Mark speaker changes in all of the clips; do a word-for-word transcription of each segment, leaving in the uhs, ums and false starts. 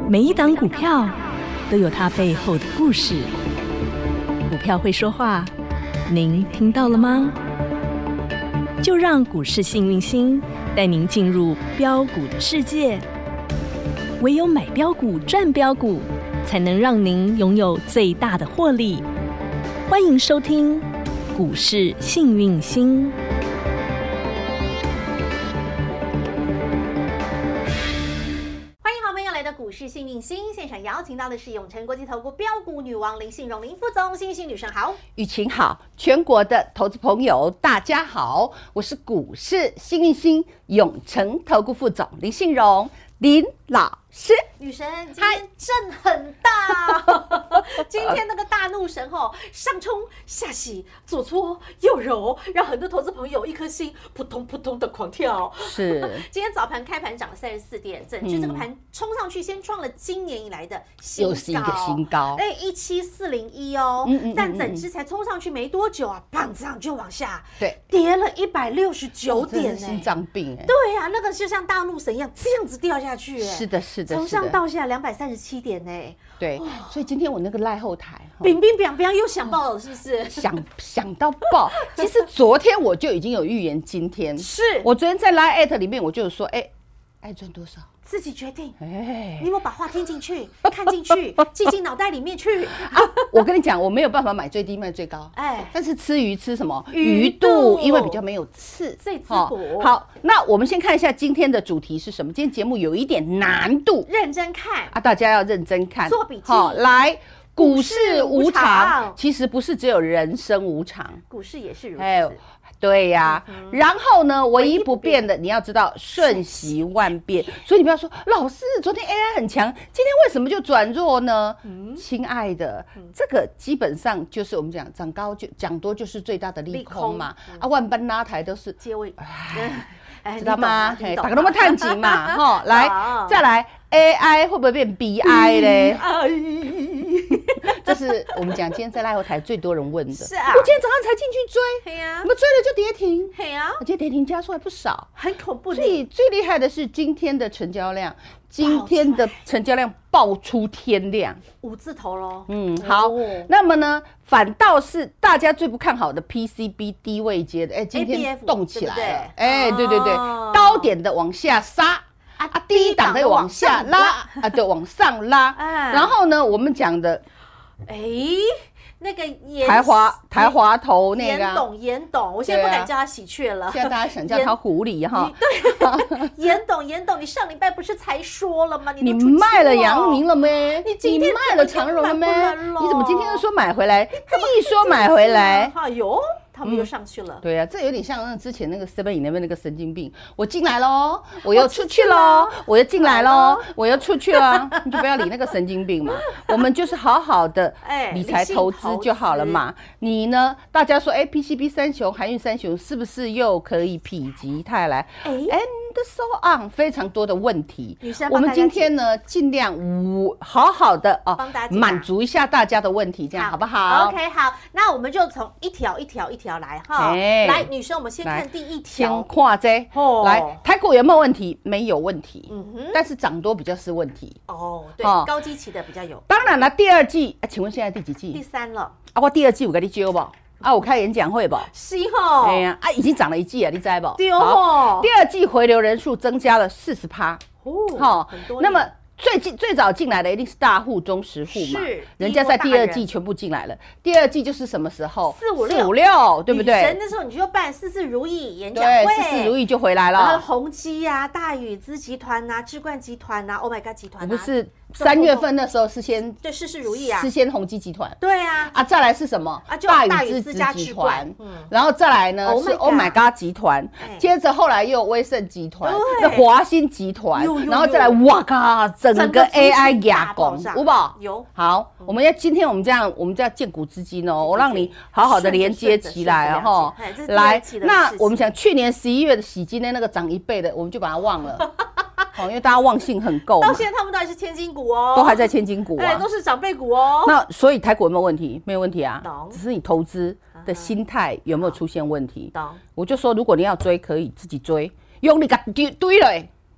Speaker 1: 每一档股票都有它背后的故事。股票会说话，您听到了吗？就让股市幸运星带您进入标股的世界。唯有买标股赚标股，才能让您拥有最大的获利。欢迎收听股市幸运星。
Speaker 2: 股市幸运星现场邀请到的是永诚国际投顾标股女王林信荣林副总，幸运星女神好，
Speaker 3: 雨晴好，全国的投资朋友大家好，我是股市幸运星永诚投顾副总林信荣林老师。
Speaker 2: 女神今天震很大，今天那个大怒神吼，上冲下洗，左搓右揉，让很多投资朋友一颗心扑通扑通的狂跳。
Speaker 3: 是，
Speaker 2: 今天早盘开盘涨了三十四点，整支这个盘冲上去，先创了今年以来的新高，
Speaker 3: 又是一个新高，
Speaker 2: 哎，一七四零一哦，嗯嗯但整支才冲上去没多久啊，砰这样就往下，
Speaker 3: 对，
Speaker 2: 跌了一百六十九点，
Speaker 3: 心脏病哎，
Speaker 2: 对呀、啊，那个就像大怒神一样，这样子掉下去，
Speaker 3: 是的，是的，
Speaker 2: 从上到下两百三十七点呢。
Speaker 3: 对，所以今天我那个赖后台，
Speaker 2: 冰冰冰冰又想爆了，是不是？
Speaker 3: 想想到爆。其实昨天我就已经有预言，今天
Speaker 2: 是
Speaker 3: 我昨天在 Line@ 里面我就有说，哎，爱赚多少
Speaker 2: 自己决定。
Speaker 3: 哎，
Speaker 2: 你有没有把话听进去、看进去、记进脑袋里面去
Speaker 3: 啊？我跟你讲，我没有办法买最低卖最高，哎，但是吃鱼吃什么
Speaker 2: 鱼
Speaker 3: 肚，因为比较没有刺，
Speaker 2: 最滋补。
Speaker 3: 好，那我们先看一下今天的主题是什么？今天节目有一点难度，
Speaker 2: 认真看
Speaker 3: 啊，大家要认真看，
Speaker 2: 做笔记。
Speaker 3: 好，来。股市无常，其实不是只有人生无常，
Speaker 2: 股市也是如此。
Speaker 3: 哎，对呀、啊嗯。然后呢，唯一不变的，你要知道瞬息万变。所以你不要说，老师，昨天 A I 很强，今天为什么就转弱呢？嗯、亲爱的、嗯，这个基本上就是我们讲涨高就涨多就是最大的利空嘛。空嗯、啊，万般拉抬都是
Speaker 2: 接位。
Speaker 3: 哎，知道吗？大家都没探紧嘛，哈，来，再来 A I 会不会变 B I 嘞？这是我们讲今天在赖后台最多人问的。
Speaker 2: 是啊，
Speaker 3: 我今天早上才进去追，
Speaker 2: 对呀，
Speaker 3: 我们追了就跌停，
Speaker 2: 对呀，
Speaker 3: 而且跌停加速还不少，
Speaker 2: 很恐怖。
Speaker 3: 最最厉害的是今天的成交量，今天的成交量爆出天量，
Speaker 2: 五字头咯。
Speaker 3: 嗯，好，那么呢，反倒是大家最不看好的 P C B 低位阶的，哎，今天动起来了，哎，对对对，高点的往下杀。啊，低档的往下拉啊，对，往上拉。然后呢，我们讲的，
Speaker 2: 哎，那个
Speaker 3: 台华台华头那个，
Speaker 2: 严董严董，我现在不敢叫他喜鹊了，
Speaker 3: 现在大家想叫他狐狸哈。
Speaker 2: 对，严董严董，你上礼拜不是才说了吗？
Speaker 3: 你卖了阳明了没？
Speaker 2: 你今天
Speaker 3: 卖了长荣了没？你怎么今天又说买回来？一说买回来，
Speaker 2: 哎呦。他们又上去了、嗯，
Speaker 3: 对呀、啊，这有点像那之前那个 seven eleven 那个神经病，我进来喽，我又出去喽，我又进来喽，我又出去了，你就不要理那个神经病嘛，我们就是好好的理财投资就好了嘛。你呢？大家说，哎 ，P C B 三雄、海运三雄是不是又可以否极泰来？哎。And so on， 非常多的问题。我们今天呢，尽量好好的哦，满足一下大家的问题，这样 好, 好不好
Speaker 2: ？OK， 好，那我们就从一条一条一条来哈。来，女生，我们先看第一条。
Speaker 3: 先看这，哦、来，台股有没有问题？没有问题，嗯哼，但是涨多比较是问题。
Speaker 2: 哦，对，哦、高基期的比较有。
Speaker 3: 当然了，第二季，啊、请问现在第几季？
Speaker 2: 第三了。
Speaker 3: 啊，我第二季有跟你揪不？啊，我开演讲会吧，
Speaker 2: 是吼，
Speaker 3: 哎呀，啊，已经涨了一季了，你知不？
Speaker 2: 对哦，
Speaker 3: 第二季回流人数增加了四十趴，哦，好，很多。那么最近最早进来的一定是大户、中实户嘛，是，人家在第二季全部进来了。第二季就是什么时候？
Speaker 2: 四五六，
Speaker 3: 四五六，对不对？
Speaker 2: 神的时候你就办事事如意演讲会，
Speaker 3: 对，事事如意就回来了。
Speaker 2: 然后宏基呀、大宇资集团呐、智冠集团呐 ，Oh my God 集团，
Speaker 3: 不是。三月份那时候是先
Speaker 2: 对事事如意啊，
Speaker 3: 是先宏基集团，
Speaker 2: 对啊，
Speaker 3: 啊再来是什么？
Speaker 2: 啊就
Speaker 3: 大
Speaker 2: 宇资
Speaker 3: 集团，嗯，然后再来呢是 Oh my God 集团，接着后来又有威盛集团，那华新集团，然后再来哇靠，整个 A I 亚拱，有宝
Speaker 2: 有
Speaker 3: 好，我们要今天我们这样，我们叫建股资金哦，我让你好好的连接起来哈，来，那我们讲去年十一月的喜金的那个涨一倍的，我们就把它忘了。哦，因为大家忘性很够，
Speaker 2: 到现在他们都还是千金股哦，
Speaker 3: 都还在千金股啊，
Speaker 2: 哎，都是长辈股哦。
Speaker 3: 那所以台股有没有问题？没有问题啊，只是你投资的心态有没有出现问题？我就说，如果你要追，可以自己追，用力给它堆了，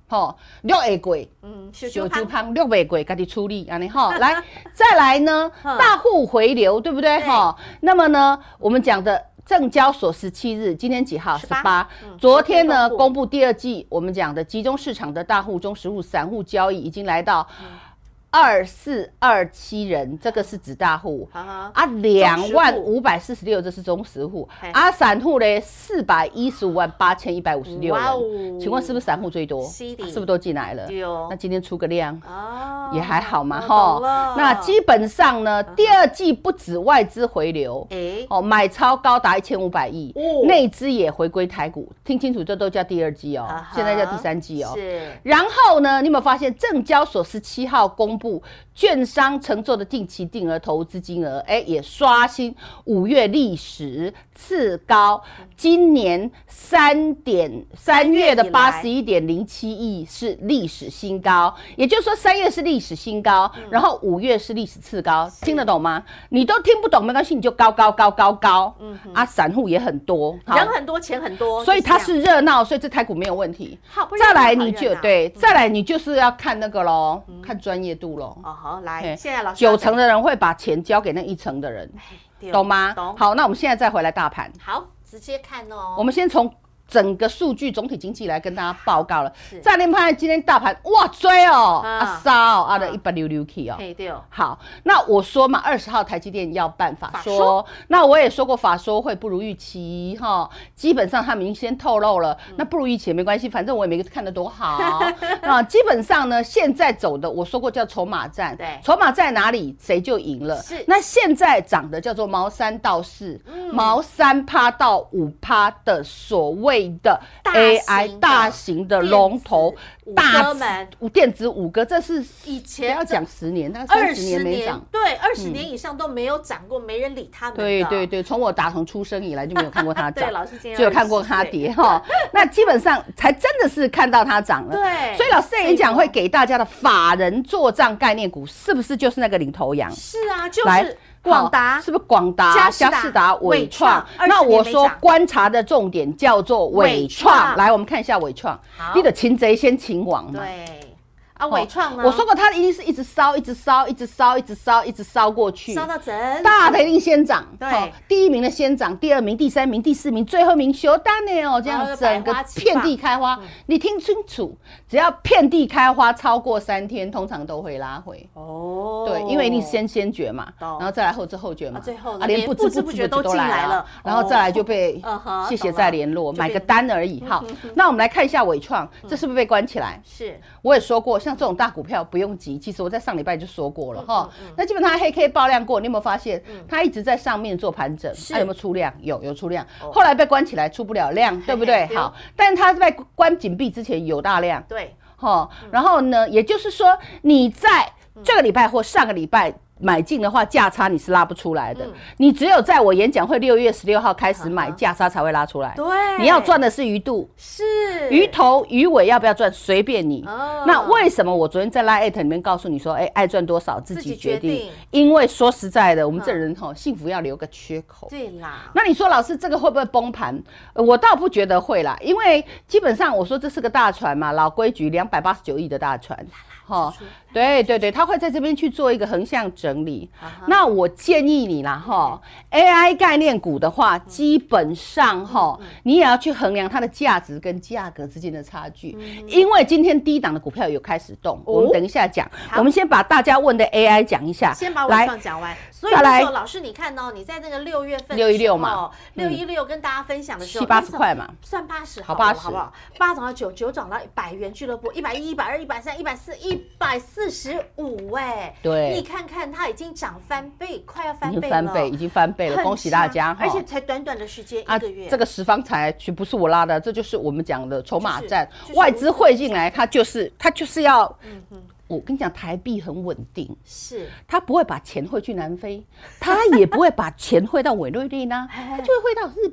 Speaker 3: 吼，六会过，
Speaker 2: 嗯，
Speaker 3: 小
Speaker 2: 小
Speaker 3: 猪胖六袂过，家己处理安尼吼。来，再来呢，大户回流，对不对哈？那么呢，我们讲的证交所十七日，今天几号？十八。昨天呢，公布第二季，我们讲的集中市场的大户、中实户、散户交易已经来到二四二七人，这个是指大户啊，两万五百四十六，这是中实户啊，散户呢四百一十五万八千一百五十六人，请问是不是散户最多？是不是都进来了？那今天出个量也还好嘛哈。那基本上呢，第二季不止外资回流，哦，买超高达一千五百亿，内资也回归台股，听清楚，这都叫第二季哦，现在叫第三季哦。是。然后呢，你有没有发现证交所十七号公布？券商承做的定期定额投资金额，哎，也刷新五月历史次高。今年三点三月的八十一点零七亿是历史新高，也就是说三月是历史新高，嗯、然后五月是历史次高，听得懂吗？你都听不懂没关系，你就高高高高高。嗯、啊，散户也很多，
Speaker 2: 人很多，钱很多，
Speaker 3: 所以它是热闹，所以这台股没有问题。好，再来你就对，再来你就是要看那个咯，嗯、看专业度咯。
Speaker 2: 哦，好，来，现在老师
Speaker 3: 九成的人会把钱交给那一成的人，懂吗？懂。好，那我们现在再回来大盘。
Speaker 2: 好，直接看哦。
Speaker 3: 我们先从整个数据总体经济来跟大家报告了。再连盘今天大盘哇追哦，啊杀哦，啊的一百六六 K 哦。对哦。好，那我说嘛，二十号台积电要办法说，那我也说过法说会不如预期哈，基本上他们已经先透露了，那不如预期也没关系，反正我也没看得多好。啊，基本上呢，现在走的我说过叫筹码战，对，筹码在哪里谁就赢了。是。那现在涨的叫做毛三到四，毛三趴到五趴的所谓的 A I 大型的龙头大电子五哥，这是以前不要讲十年，大概三十年没涨，
Speaker 2: 对，二十年以上都没有涨过，没人理他们。
Speaker 3: 对对对，从我打从出生以来就没有看过它涨，只有看过它跌哈。那基本上才真的是看到它涨了。对，所以老师在演讲会给大家的法人做账概念股，是不是就是那个领头羊？
Speaker 2: 是啊，就是。广达
Speaker 3: 是不是广达、嘉士达、伟创？那我说观察的重点叫做伟创。来，我们看一下伟创。你的擒贼先擒王嘛。
Speaker 2: 对。啊，伟创呢？
Speaker 3: 我说过，它一定是一直烧，一直烧，一直烧，一直烧，一直烧过去，
Speaker 2: 烧到整
Speaker 3: 大的一定先涨。对，第一名的先涨，第二名、第三名、第四名，最后名休单呢哦，这样整个遍地开花。你听清楚，只要遍地开花超过三天，通常都会拉回。哦，对，因为你先先觉嘛，然后再来后知后觉嘛，
Speaker 2: 最后
Speaker 3: 啊，连不知不觉都进来了，然后再来就被谢谢再联络，买个单而已。好，那我们来看一下伟创，这是不是被关起来？是，我也说过。像这种大股票不用急，其实我在上礼拜就说过了哈。那基本上黑 K 爆量过，你有没有发现它一直在上面做盘整？它有没有出量？有，有出量。后来被关起来出不了量，对不对？好，但是它在关紧闭之前有大量。对，哈。然后呢，也就是说你在这个礼拜或上个礼拜买进的话，价差你是拉不出来的。嗯、你只有在我演讲会六月十六号开始买，价差才会拉出来。对，你要赚的是鱼肚，是鱼头鱼尾，要不要赚随便你。哦、那为什么我昨天在 Line 里面告诉你说，哎、欸，爱赚多少自己决定？决定因为说实在的，我们这人哈、嗯、幸福要留个缺口。对啦。那你说老师这个会不会崩盘？我倒不觉得会啦，因为基本上我说这是个大船嘛，老规矩，两百八十九亿的大船。哈，对对对，他会在这边去做一个横向整理。Uh-huh. 那我建议你啦，哈 ，A I 概念股的话，基本上哈，你也要去衡量它的价值跟价格之间的差距，嗯、因为今天低档的股票有开始动，哦、我们等一下讲。我们先把大家问的 A I 讲一下，
Speaker 2: 先把伟创讲完。所以那时候老师，你看哦，你在那个六月份
Speaker 3: 六一六嘛，
Speaker 2: 六一六跟大家分享的时候，
Speaker 3: 七八十块嘛，
Speaker 2: 算八十，
Speaker 3: 好八十，
Speaker 2: 好不好？八涨到九，九涨到百元俱乐部，一百一、一百二、一百三、一百四、一百四十五，哎，对，你看看它已经涨翻倍，快要翻倍了，已经翻倍，已
Speaker 3: 经翻倍了，恭喜大家！
Speaker 2: 而且才短短的时间一个月，
Speaker 3: 这个十方财全不是我拉的，这就是我们讲的筹码战，外资汇进来，它就是它就是要，嗯哼。我跟你讲，台币很稳定，是他不会把钱汇去南非，他也不会把钱汇到委内瑞拉，他就会汇到日本。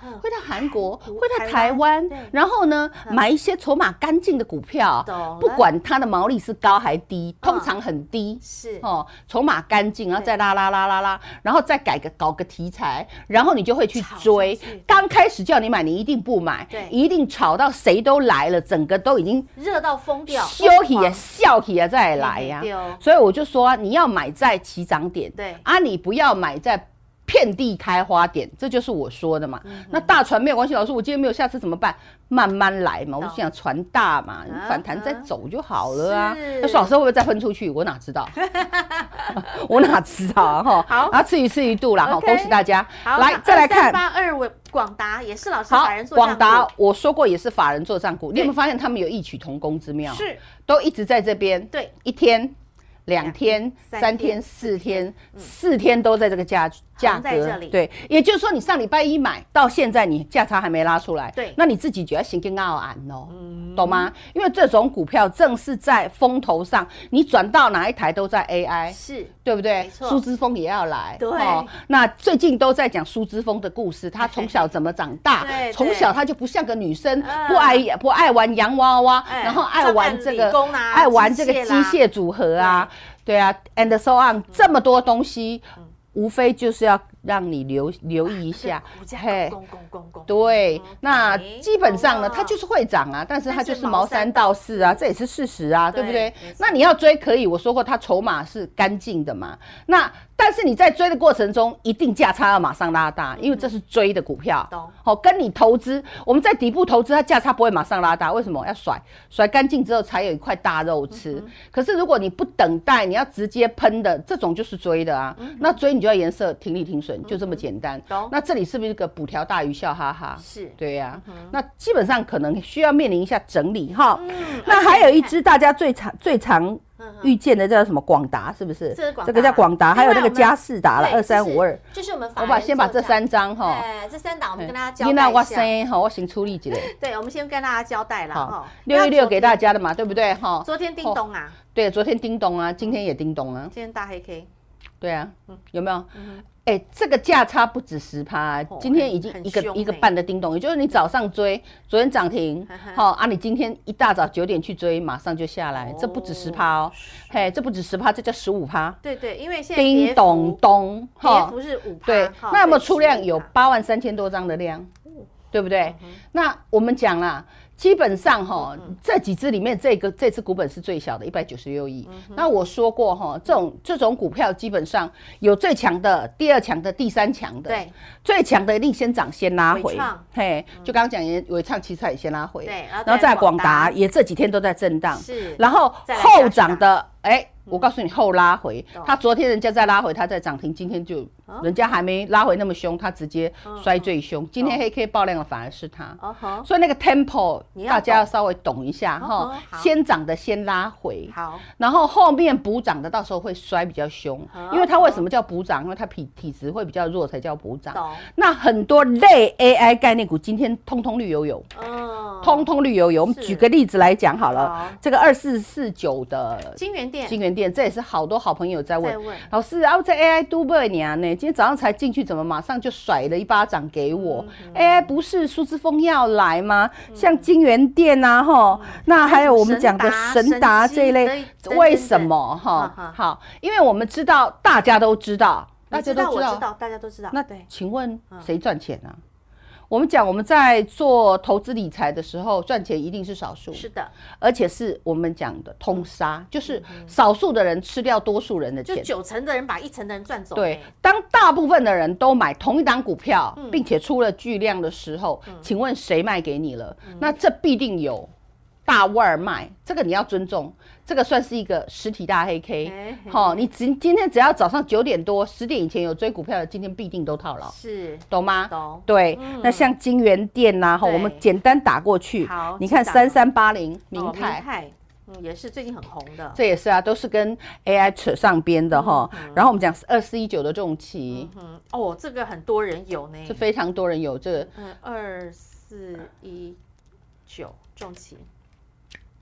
Speaker 3: 会到韩国，
Speaker 2: 嗯
Speaker 3: 会到台湾，然后呢，买一些筹码干净的股票，不管它的毛利是高还低，通常很低，
Speaker 2: 是
Speaker 3: 哦，筹码干净，然后再拉拉拉拉拉，然后再改个搞个题材，然后你就会去追。刚开始叫你买，你一定不买，一定炒到谁都来了，整个都已经
Speaker 2: 热到疯掉，
Speaker 3: 休息啊，笑起啊再来呀。所以我就说，你要买在起涨点，
Speaker 2: 对
Speaker 3: 啊，你不要买在遍地开花点，这就是我说的嘛。嗯、那大船没有关系，老师，我今天没有下车怎么办？慢慢来嘛，我就想船大嘛，啊、反弹再走就好了啊。那说老师会不会再喷出去？我哪知道？我哪知道啊？哈，好，然后吃一吃一度啦，哈，恭喜大家。来，再来看
Speaker 2: 八二位广达也是老师法人做账股。
Speaker 3: 广达我说过也是法人做账股，你有没有发现他们有异曲同工之妙？
Speaker 2: 是，
Speaker 3: 都一直在这边。
Speaker 2: 对，
Speaker 3: 一天。两天、三天、四天，四天都在这个价价格，对，也就是说你上礼拜一买到现在，你价差还没拉出来，
Speaker 2: 对，
Speaker 3: 那你自己觉得心更傲安哦，懂吗？因为这种股票正是在风头上，你转到哪一台都在 A I，
Speaker 2: 是
Speaker 3: 对不对？苏之峰也要来，
Speaker 2: 对，
Speaker 3: 那最近都在讲苏之峰的故事，他从小怎么长大，从小他就不像个女生，不爱不爱玩洋娃娃，然后爱玩这个爱玩这个机械组合啊。对啊 ，and so on， 这么多东西，嗯、无非就是要让你留留意一下。
Speaker 2: 嘿，
Speaker 3: 对，嗯、那基本上呢，它就是会涨啊，但是它就是毛三到四啊，这也是事实啊，对不对？那你要追可以，我说过它筹码是干净的嘛。那但是你在追的过程中，一定价差要马上拉大，因为这是追的股票。好、哦，跟你投资，我们在底部投资，它价差不会马上拉大，为什么？要甩甩干净之后才有一块大肉吃。嗯、可是如果你不等待，你要直接喷的，这种就是追的啊。嗯、那追你就要颜色停利停损，就这么简单。嗯、那这里是不是一个补条大鱼笑哈哈？
Speaker 2: 是，
Speaker 3: 对呀、啊。嗯、那基本上可能需要面临一下整理哈。嗯、那还有一只大家最常最常。遇见的叫什么广达是不是？这个叫广达，还有那个佳士达了二三五二，
Speaker 2: 就是我们
Speaker 3: 我把先把这三张哈，
Speaker 2: 哎，这三档我们跟大家交代一下。
Speaker 3: 哇塞，好，我先处理几个。
Speaker 2: 对，我们先跟大家交代了哈。
Speaker 3: 六一六给大家的嘛，对不对哈？
Speaker 2: 昨天叮咚啊，
Speaker 3: 对，昨天叮咚啊，今天也叮咚啊。
Speaker 2: 今天大黑 K。
Speaker 3: 对啊，有没有？哎，这个价差不止十趴，今天已经一个一个半的叮咚，也就是你早上追，昨天涨停，好啊，你今天一大早九点去追，马上就下来，这不止十趴哦，嘿，这不止十趴，这叫十五趴。
Speaker 2: 对对，因为现在
Speaker 3: 叮咚咚，
Speaker 2: 跌幅是五趴。
Speaker 3: 对，那有没有出量？有八万三千多张的量，对不对？那我们讲啦。基本上哈，这几只里面，这个这只股本是最小的，一百九十六亿。那我说过哈，这种这种股票基本上有最强的、第二强的、第三强的。对，最强的一定先涨先拉回。嘿，就刚刚讲也伟创其实也先拉回。对，然后再广达也这几天都在震荡。是，然后后涨的，哎。我告诉你，后拉回，他昨天人家在拉回，他在涨停，今天就人家还没拉回那么凶，他直接摔最凶。今天黑 K 爆量的反而是他，所以那个 tempo 大家要稍微懂一下哈。先涨的先拉回，好，然后后面补涨的到时候会摔比较凶，因为它为什么叫补涨？因为它体体质会比较弱才叫补涨。那很多类 A I 概念股今天通通绿油油，通通绿油油。我们举个例子来讲好了，这个二四四九的
Speaker 2: 金源店，
Speaker 3: 金源店。这也是好多好朋友在问，问老师啊，这 A I 都不年呢？今天早上才进去，怎么马上就甩了一巴掌给我、嗯、？A I 不是苏之峰要来吗？嗯、像金源店啊，哈、嗯，那还有我们讲的神达这一类，为什么哈？好，因为我们知道，大家都知道，
Speaker 2: 大家都知道，知道大家都知道。
Speaker 3: 那请问谁赚钱啊？我们讲我们在做投资理财的时候，赚钱一定是少数，
Speaker 2: 是的，
Speaker 3: 而且是我们讲的通杀，嗯、就是少数的人吃掉多数人的钱，
Speaker 2: 就九成的人把一成的人赚走。
Speaker 3: 对，当大部分的人都买同一档股票，嗯、并且出了巨量的时候，嗯、请问谁卖给你了？嗯、那这必定有大腕卖，这个你要尊重。这个算是一个实体大黑 K， 好、哦，你今今天只要早上九点多、十点以前有追股票的，今天必定都套牢，
Speaker 2: 是，
Speaker 3: 懂吗？
Speaker 2: 懂。
Speaker 3: 对，嗯、那像金源店呐、啊，哈，我们简单打过去，好，你看三三八零明泰。
Speaker 2: 明泰嗯，也是最近很红的，
Speaker 3: 这也是啊，都是跟 A I 扯上边的哈。嗯嗯、然后我们讲二四一九的重骑、
Speaker 2: 嗯，哦，这个很多人有呢，
Speaker 3: 是非常多人有这个。
Speaker 2: 嗯，二四一九重骑。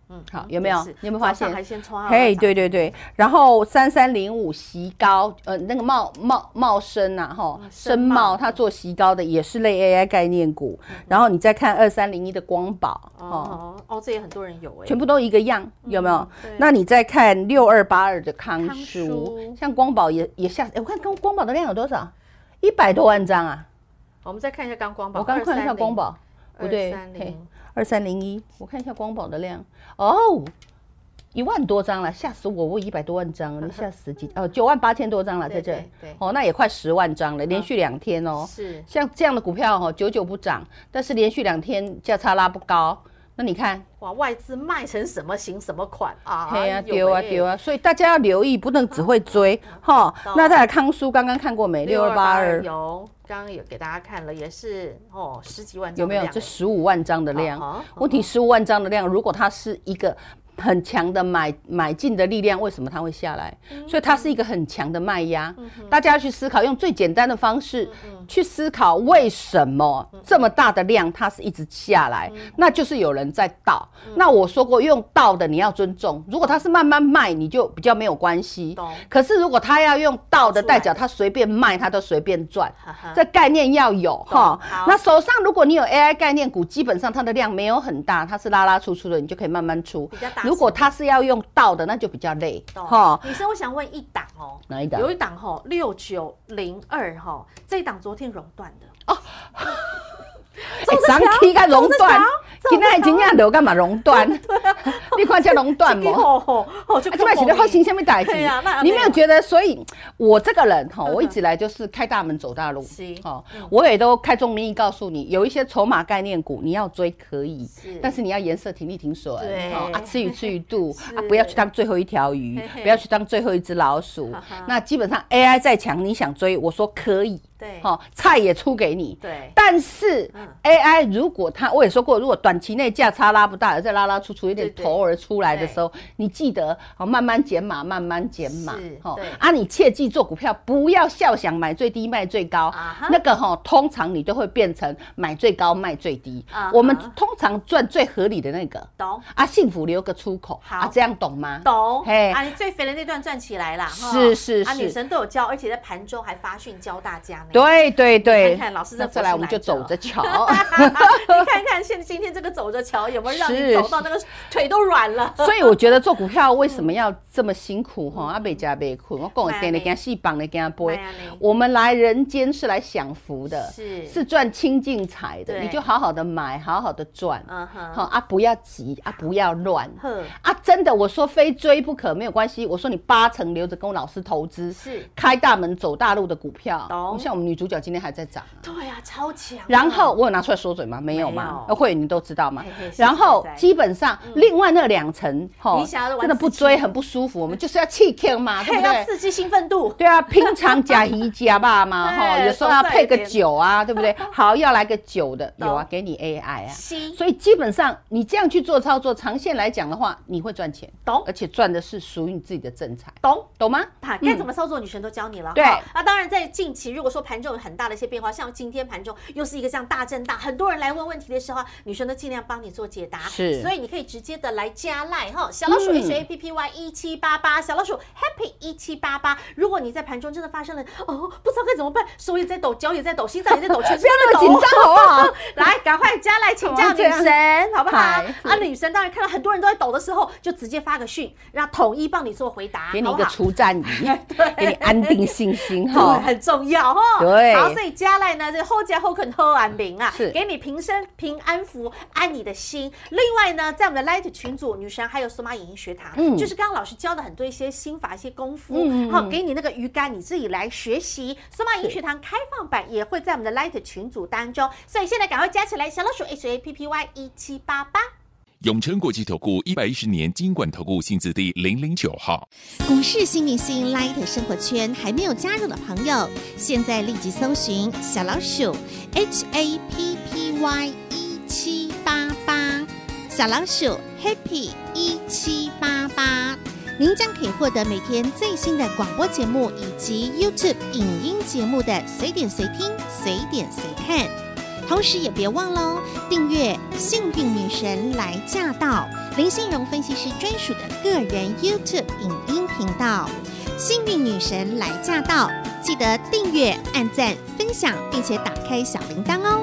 Speaker 2: 嗯，
Speaker 3: 好，有没有？你有没有发现？
Speaker 2: 还先冲啊！
Speaker 3: 嘿，对对对。然后三三零五席高，呃，那个茂茂茂生啊，哈，深茂它做席高的也是类 A I 概念股。然后你再看二三零一的光宝，
Speaker 2: 哦哦，这也很多人有哎，
Speaker 3: 全部都一个样，有没有？那你再看六二八二的康舒，像光宝也也下，我看光光宝的量有多少？一百多万张啊！
Speaker 2: 我们再看一下刚光宝，
Speaker 3: 我刚看一下光宝，不对，二三零一，我看一下光宝的量哦。一万多张了，吓死我！我一百多万张，你吓死几？哦，九万八千多张了，在这。对，哦，那也快十万张了，连续两天哦。是，像这样的股票哦，久久不涨，但是连续两天价差拉不高，那你看，
Speaker 2: 哇，外资卖成什么型什么款啊？
Speaker 3: 对啊，丢啊丢啊！所以大家要留意，不能只会追哈。那再来康舒，刚刚看过没？六二八二
Speaker 2: 有，刚刚有给大家看了，也是哦，十几万张
Speaker 3: 有没有？这十五万张的量，问题十五万张的量，如果它是一个很强的买买进的力量，为什么它会下来？嗯、所以它是一个很强的卖压。嗯、大家要去思考，用最简单的方式去思考，为什么这么大的量它是一直下来？嗯、那就是有人在倒。嗯、那我说过，用倒的你要尊重。如果它是慢慢卖，你就比较没有关系。可是如果他要用倒的代表，他随便卖，他都随便赚。这概念要有哈。那手上如果你有 A I 概念股，基本上它的量没有很大，它是拉拉出出的，你就可以慢慢出。比较大。如果它是要用倒的，那就比较累
Speaker 2: 哈。女生，我想问一档哦，
Speaker 3: 哪一档？
Speaker 2: 有一档哈，六九零二哈，这一档昨天熔断的哦。
Speaker 3: 上期甲熔断，今仔真正落干嘛熔断？你看这熔断无？啊，这摆是咧发生什么代志？你没有觉得？所以我这个人哈，我一直来就是开大门走大路。哈，我也都开宗明义告诉你，有一些筹码概念股你要追可以，但是你要颜色停利停损，啊，吃鱼吃鱼肚，啊，不要去当最后一条鱼，不要去当最后一只老鼠。那基本上 A I 再强，你想追，我说可以。对，好，菜也出给你。对，但是 A I 如果它，我也说过，如果短期内价差拉不大，再拉拉出出有点头儿出来的时候，你记得好慢慢减码，慢慢减码。好，啊，你切记做股票不要笑想买最低卖最高，那个哈，通常你都会变成买最高卖最低。我们通常赚最合理的那个，懂？啊，幸福留个出口，啊，这样懂吗？
Speaker 2: 懂。嘿，啊，你最肥的那段赚起来啦。
Speaker 3: 是是是，
Speaker 2: 啊，女神都有教，而且在盘中还发讯教大家。
Speaker 3: 对对对，
Speaker 2: 看看老师的，
Speaker 3: 再来我们就走着瞧。
Speaker 2: 你看看现今天这个走着瞧有没有让你走到那个腿都软了？
Speaker 3: 所以我觉得做股票为什么要这么辛苦哈？啊，别加别困，我讲的点的给细绑的给他背。我们来人间是来享福的，是是赚清净财的，你就好好的买，好好的赚。嗯哼，好啊，不要急啊，不要乱。啊，真的，我说非追不可没有关系。我说你八成留着跟我老师投资，是开大门走大路的股票。像我们女主角今天还在涨。
Speaker 2: 对啊，超强。
Speaker 3: 然后我有拿出来说嘴吗？没有吗？会员你都知道吗？然后基本上另外那两层，哈，真的不追很不舒服。我们就是要气 Q 嘛，对不对？
Speaker 2: 要刺激兴奋度。
Speaker 3: 对啊，平常加鱼加爸嘛，哈，有时候要配个酒啊，对不对？好，要来个酒的，有啊，给你 A I 啊。所以基本上你这样去做操作，长线来讲的话，你会赚钱，懂？而且赚的是属于你自己的正财，懂？懂吗？
Speaker 2: 该怎么操作，女神都教你了。
Speaker 3: 对
Speaker 2: 啊，当然在近期如果说盘中有很大的一些变化，像今天盘中又是一个这样大震荡，很多人来问问题的时候，女生都尽量帮你做解答。是，所以你可以直接的来加赖哈，小老鼠 H A P P Y 一七八八，小老鼠 Happy 一七八八。如果你在盘中真的发生了哦，不知道该怎么办，手也在抖，脚也在抖，心脏也在抖，全身
Speaker 3: 不要那么紧张好不好？
Speaker 2: 来，赶快加赖请教女神，好不好？啊，女神当然看到很多人都在抖的时候，就直接发个讯，让统一帮你做回答，
Speaker 3: 给你一个除战仪，给你安定信心哈，
Speaker 2: 很重要哈。对，好，所以加赖呢，这后加后肯后安bình啊，给你平身平安福，安你的心。另外呢，在我们的 Light 群组，女神还有索马影音学堂，嗯，就是刚刚老师教的很多一些心法、一些功夫，嗯，好，给你那个鱼竿，你自己来学习。索马影音学堂开放版也会在我们的 Light 群组当中，所以现在赶快加起来，小老鼠 H A P P Y 一七八八。
Speaker 4: 永诚国际投顾一百一十年金管投顾性质第零零九号。
Speaker 5: 股市新明星 Light 生活圈还没有加入的朋友，现在立即搜寻小老鼠 H A P P Y 一七八八，小老鼠 Happy 一七八八，您将可以获得每天最新的广播节目以及 YouTube 影音节目的随点随听、随点随看。 同时也别忘喽，订阅《幸运女神来驾到》林信荣分析师专属的个人 YouTube 影音频道《幸运女神来驾到》，记得订阅、按赞、分享，并且打开小铃铛哦。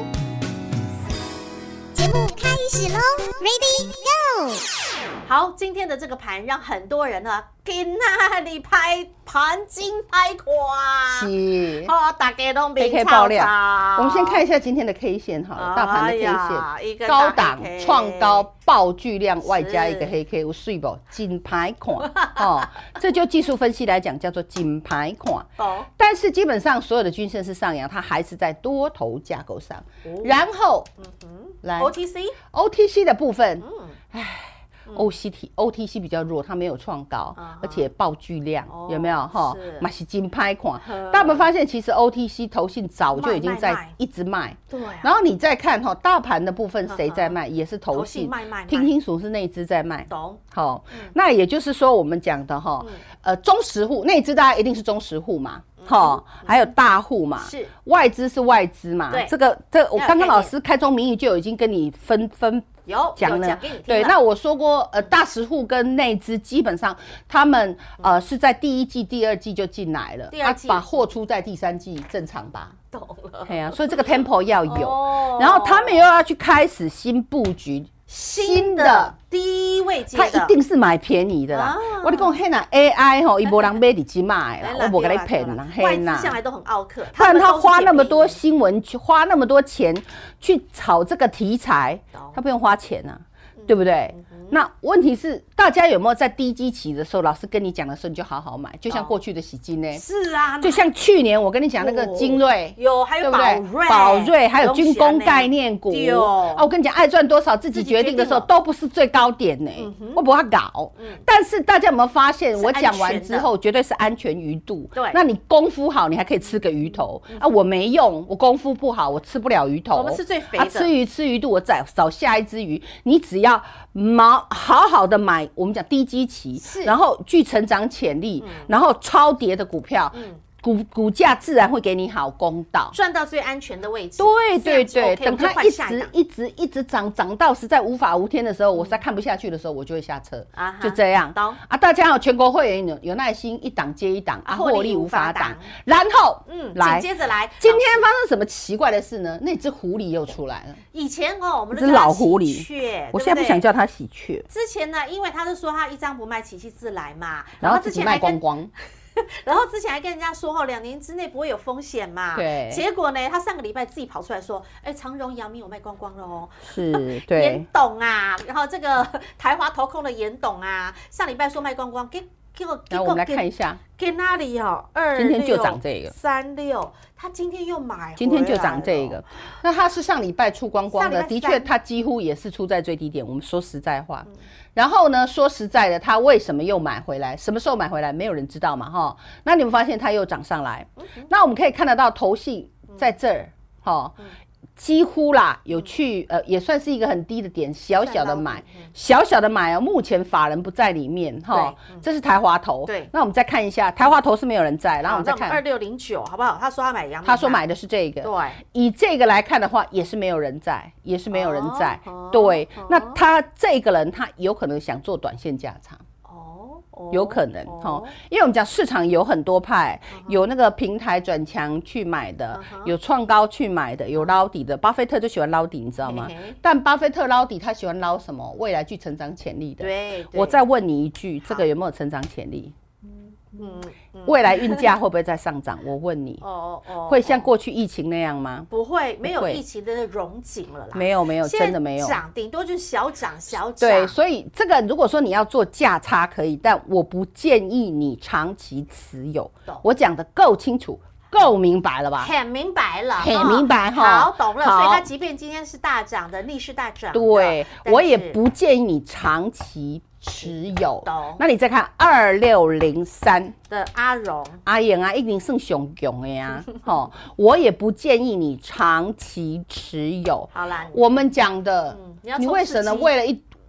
Speaker 5: 节目开始喽 ，Ready Go！
Speaker 2: 好，今天的这个盘让很多人呢，给那里拍盘金拍垮，
Speaker 3: 是
Speaker 2: 哦，大家都没
Speaker 3: K K 爆料。我们先看一下今天的 K 线好了，大盘的 K 线，高档创高爆巨量，外加一个黑 K， 有水不？金牌款哦，这就技术分析来讲叫做金牌款。哦，但是基本上所有的均线是上扬，它还是在多头架构上。然后，嗯哼，来
Speaker 2: O T C
Speaker 3: O T C 的部分，嗯，唉。O C T O T C 比较弱，它没有创高，而且爆巨量，有没有哈？嘛是金拍款。大家有没有发现，其实 O T C 投信早就已经在一直卖。对。然后你再看哈，大盘的部分谁在卖？也是投信。听清楚，是内资在卖。懂。好，那也就是说，我们讲的哈，呃，中实户内资大家一定是中实户嘛。好，还有大户嘛，是外资是外资嘛，这个这我刚刚老师开宗明义就已经跟你分分
Speaker 2: 有
Speaker 3: 讲了，对，那我说过，呃，大实户跟内资基本上他们呃是在第一季、第二季就进来了，啊，把货出在第三季，正常吧？懂了，对啊，所以这个 tempo 要有，然后他们又要去开始新布局。
Speaker 2: 新的低位阶的，
Speaker 3: 他一定是买便宜的啦。啊、我跟你讲，嘿呐 A I 吼，伊无人买你去买啦，我无跟你骗啦，
Speaker 2: 嘿呐。外资向来都很傲客，
Speaker 3: 不然他花那么多新闻，去花那么多钱去炒这个题材，他不用花钱啊，对不对？嗯那问题是，大家有没有在低基期的时候，老师跟你讲的时候，你就好好买，就像过去的喜金呢？
Speaker 2: 是啊，
Speaker 3: 就像去年我跟你讲那个精锐，
Speaker 2: 有还有宝瑞，
Speaker 3: 宝瑞还有军工概念股啊，我跟你讲，爱赚多少自己决定的时候，都不是最高点呢，我不要搞。但是大家有没有发现，我讲完之后，绝对是安全鱼肚。对，那你功夫好，你还可以吃个鱼头啊，我没用，我功夫不好，我吃不了鱼头。
Speaker 2: 我们是最肥的，啊，
Speaker 3: 吃鱼吃鱼肚，我再少下一只鱼，你只要毛。好好的买，我们讲低基期，然后具成长潜力，嗯、然后超跌的股票，嗯、股股价自然会给你好公道，
Speaker 2: 赚到最安全的位置。
Speaker 3: 对对对， OK, 等它一直一直一直涨，涨到实在无法无天的时候，嗯、我实在看不下去的时候，我就会下车，啊、就这样。啊，大家有全国会员有有耐心，一档接一档，啊，获利无法挡。然后，嗯，来，
Speaker 2: 接着来，
Speaker 3: 今天发生什么奇怪的事呢？那只狐狸又出来了。
Speaker 2: 以前哦，我们
Speaker 3: 是老狐狸，我现在不想叫它喜鹊。
Speaker 2: 之前呢，因为他是说他一张不卖，喜气自来嘛，
Speaker 3: 然后自己卖光光。
Speaker 2: 然后之前还跟人家说哦，两年之内不会有风险嘛。对。结果呢，他上个礼拜自己跑出来说，哎，长荣、阳明我卖光光了哦。
Speaker 3: 是，对。
Speaker 2: 严董啊，然后这个台华投控的严董啊，上礼拜说卖光光，给给我。
Speaker 3: 然后我们来看一下，
Speaker 2: 给哪里哦？二
Speaker 3: 今天就涨这个
Speaker 2: 三六，他今天又买，
Speaker 3: 今天就涨这个。那他是上礼拜出光光的，的确，他几乎也是出在最低点。我们说实在话。嗯然后呢？说实在的，他为什么又买回来？什么时候买回来？没有人知道嘛，哈。那你们发现他又涨上来，嗯、那我们可以看得到投信在这儿，哈、嗯，几乎啦有去，呃，也算是一个很低的点，小小的买，小小的买哦。目前法人不在里面，哈，这是台华投。对，那我们再看一下，台华投是没有人在，然后我们再看
Speaker 2: 二六零九，好不好？他说他买阳明，
Speaker 3: 他说买的是这个。对，以这个来看的话，也是没有人在，也是没有人在。哦、对，哦、那他这个人，他有可能想做短线价差。有可能哦，因为我们讲市场有很多派，有那个平台转强去买的，有创高去买的，有捞底的。巴菲特就喜欢捞底，你知道吗？但巴菲特捞底，他喜欢捞什么？未来具成长潜力的。对，我再问你一句，这个有没有成长潜力？嗯，未来运价会不会再上涨？我问你，哦哦，会像过去疫情那样吗？
Speaker 2: 不会，没有疫情的荣景了啦。
Speaker 3: 没有没有，真的没有
Speaker 2: 涨，顶多就是小涨小涨。
Speaker 3: 对，所以这个如果说你要做价差可以，但我不建议你长期持有。我讲的够清楚。够明白了吧？
Speaker 2: 很明白了，
Speaker 3: 很明白哈。
Speaker 2: 好，懂了。所以它即便今天是大涨的，逆势大涨，
Speaker 3: 对我也不建议你长期持有。懂。那你再看二六零三
Speaker 2: 的阿荣，
Speaker 3: 阿妍啊，一定算上强的呀。哈，我也不建议你长期持有。
Speaker 2: 好啦，
Speaker 3: 我们讲的，你为什么为了一？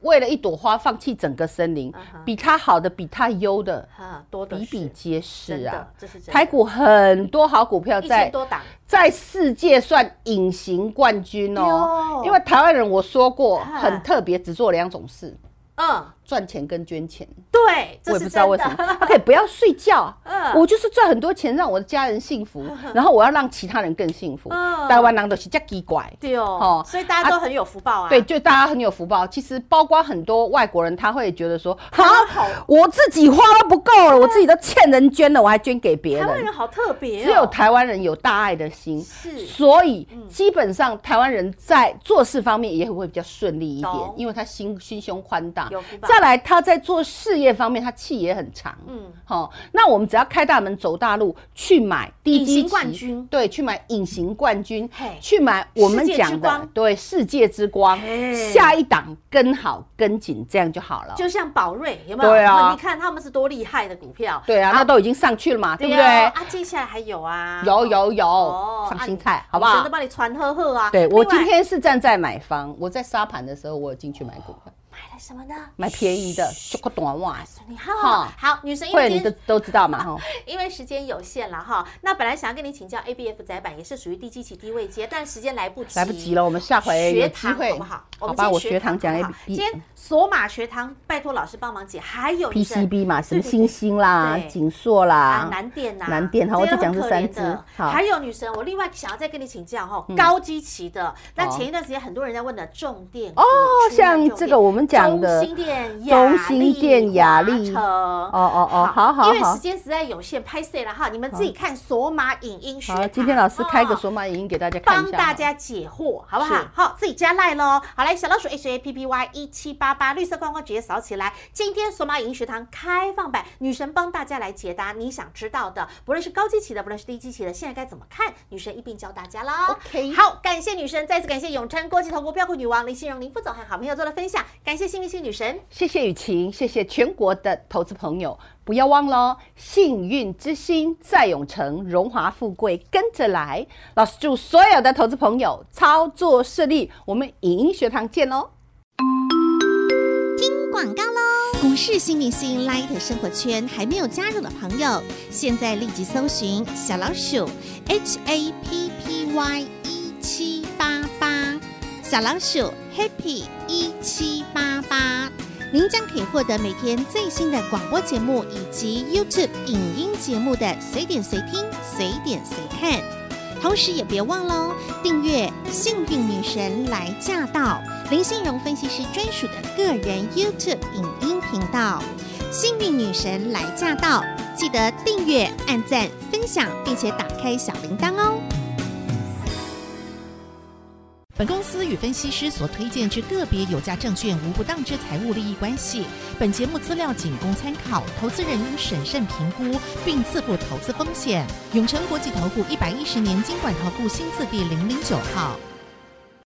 Speaker 3: 为了一朵花放弃整个森林，嗯、比它好的、比它优的，
Speaker 2: 啊、多的
Speaker 3: 比比皆是啊！
Speaker 2: 这是真的。
Speaker 3: 台股很多好股票在，
Speaker 2: 一千多档，
Speaker 3: 在世界算隐形冠军哦。因为台湾人我说过，很特别，只做两种事。嗯，赚钱跟捐钱。
Speaker 2: 对，
Speaker 3: 我也不知道为什么，他可以不要睡觉。嗯，我就是赚很多钱，让我的家人幸福，然后我要让其他人更幸福。嗯，台湾人都是这奇怪。
Speaker 2: 对哦，所以大家都很有福报啊。
Speaker 3: 对，就大家很有福报。其实包括很多外国人，他会觉得说，好，我自己花都不够了，我自己都欠人捐了，我还捐给别人。
Speaker 2: 台湾人好特别，
Speaker 3: 只有台湾人有大爱的心，是，所以基本上台湾人在做事方面也会比较顺利一点，因为他心心胸宽大。再来，他在做事业方面，他气也很长。嗯，好，那我们只要开大门走大路，去买低基期冠军，对，去买隐形冠军，去买我们讲的对世界之光，下一档跟好跟紧，这样就好了。
Speaker 2: 就像宝瑞有没有？
Speaker 3: 对啊，
Speaker 2: 你看他们是多厉害的股票。
Speaker 3: 对啊，那都已经上去了嘛，对不对？
Speaker 2: 啊，接下来还有啊，
Speaker 3: 有有有，上新菜，好不好？
Speaker 2: 真的帮你传呵呵啊。
Speaker 3: 对，我今天是站在买方，我在沙盘的时候，我有进去买股票。
Speaker 2: 买了什么呢？
Speaker 3: 买便宜的，就个短袜。
Speaker 2: 你好，好，女生，
Speaker 3: 会员你都都知道嘛哈。
Speaker 2: 因为时间有限了哈，那本来想要跟你请教 A B F 载板也是属于低基期低位阶，但时间来不及，
Speaker 3: 来不及了，我们下回有机会
Speaker 2: 好不好？
Speaker 3: 好吧，我学堂讲 A B。
Speaker 2: 今天索马学堂，拜托老师帮忙解，还有
Speaker 3: P C B 嘛，什么星星啦、景硕啦、
Speaker 2: 南电呐、
Speaker 3: 南电，好，我就讲这三只。
Speaker 2: 还有女生，我另外想要再跟你请教哈，高基期的，那前一段时间很多人在问的重电
Speaker 3: 哦，像这个我们讲的。
Speaker 2: 中兴
Speaker 3: 电、雅力，
Speaker 2: 哦
Speaker 3: 哦哦，好好好，
Speaker 2: 因为时间实在有限，拍摄了哈，你们自己看索马影音学堂。
Speaker 3: 今天老师开个索马影音给大家看
Speaker 2: 一下，帮大家解惑，好不好？好，自己加赖喽。好，来小老鼠 H A P P Y 一七八八，绿色框框直接扫起来。今天索马影音学堂开放版，女神帮大家来解答你想知道的，不论是高基期的，不论是低基期的，现在该怎么看？女神一并教大家啦。
Speaker 3: OK，
Speaker 2: 好，感谢女神，再次感谢永诚国际投顾标股女王林信荣林副总和好朋友做的分享，感谢幸运星女神。
Speaker 3: 谢谢雨晴，谢谢全国的投资朋友，不要忘了幸运之星在永城，荣华富贵跟着来。老师祝所有的投资朋友操作顺利，我们影音学堂见喽！
Speaker 5: 听广告喽！股市新明星 Light 生活圈还没有加入的朋友，现在立即搜寻小老鼠 H A P P Y 一七八八，小老鼠 Happy 一七八八。您将可以获得每天最新的广播节目以及 YouTube 影音节目的随点随听、随点随看。同时也别忘喽，订阅幸运女神来驾到林信荣分析师专属的个人 YouTube 影音频道。幸运女神来驾到，记得订阅、按赞、分享，并且打开小铃铛哦。
Speaker 6: 本公司与分析师所推荐之个别有价证券无不当之财务利益关系。本节目资料仅供参考，投资人应审慎评估并自负投资风险。永诚国际投顾一百一十年金管投顾新字第零零九号。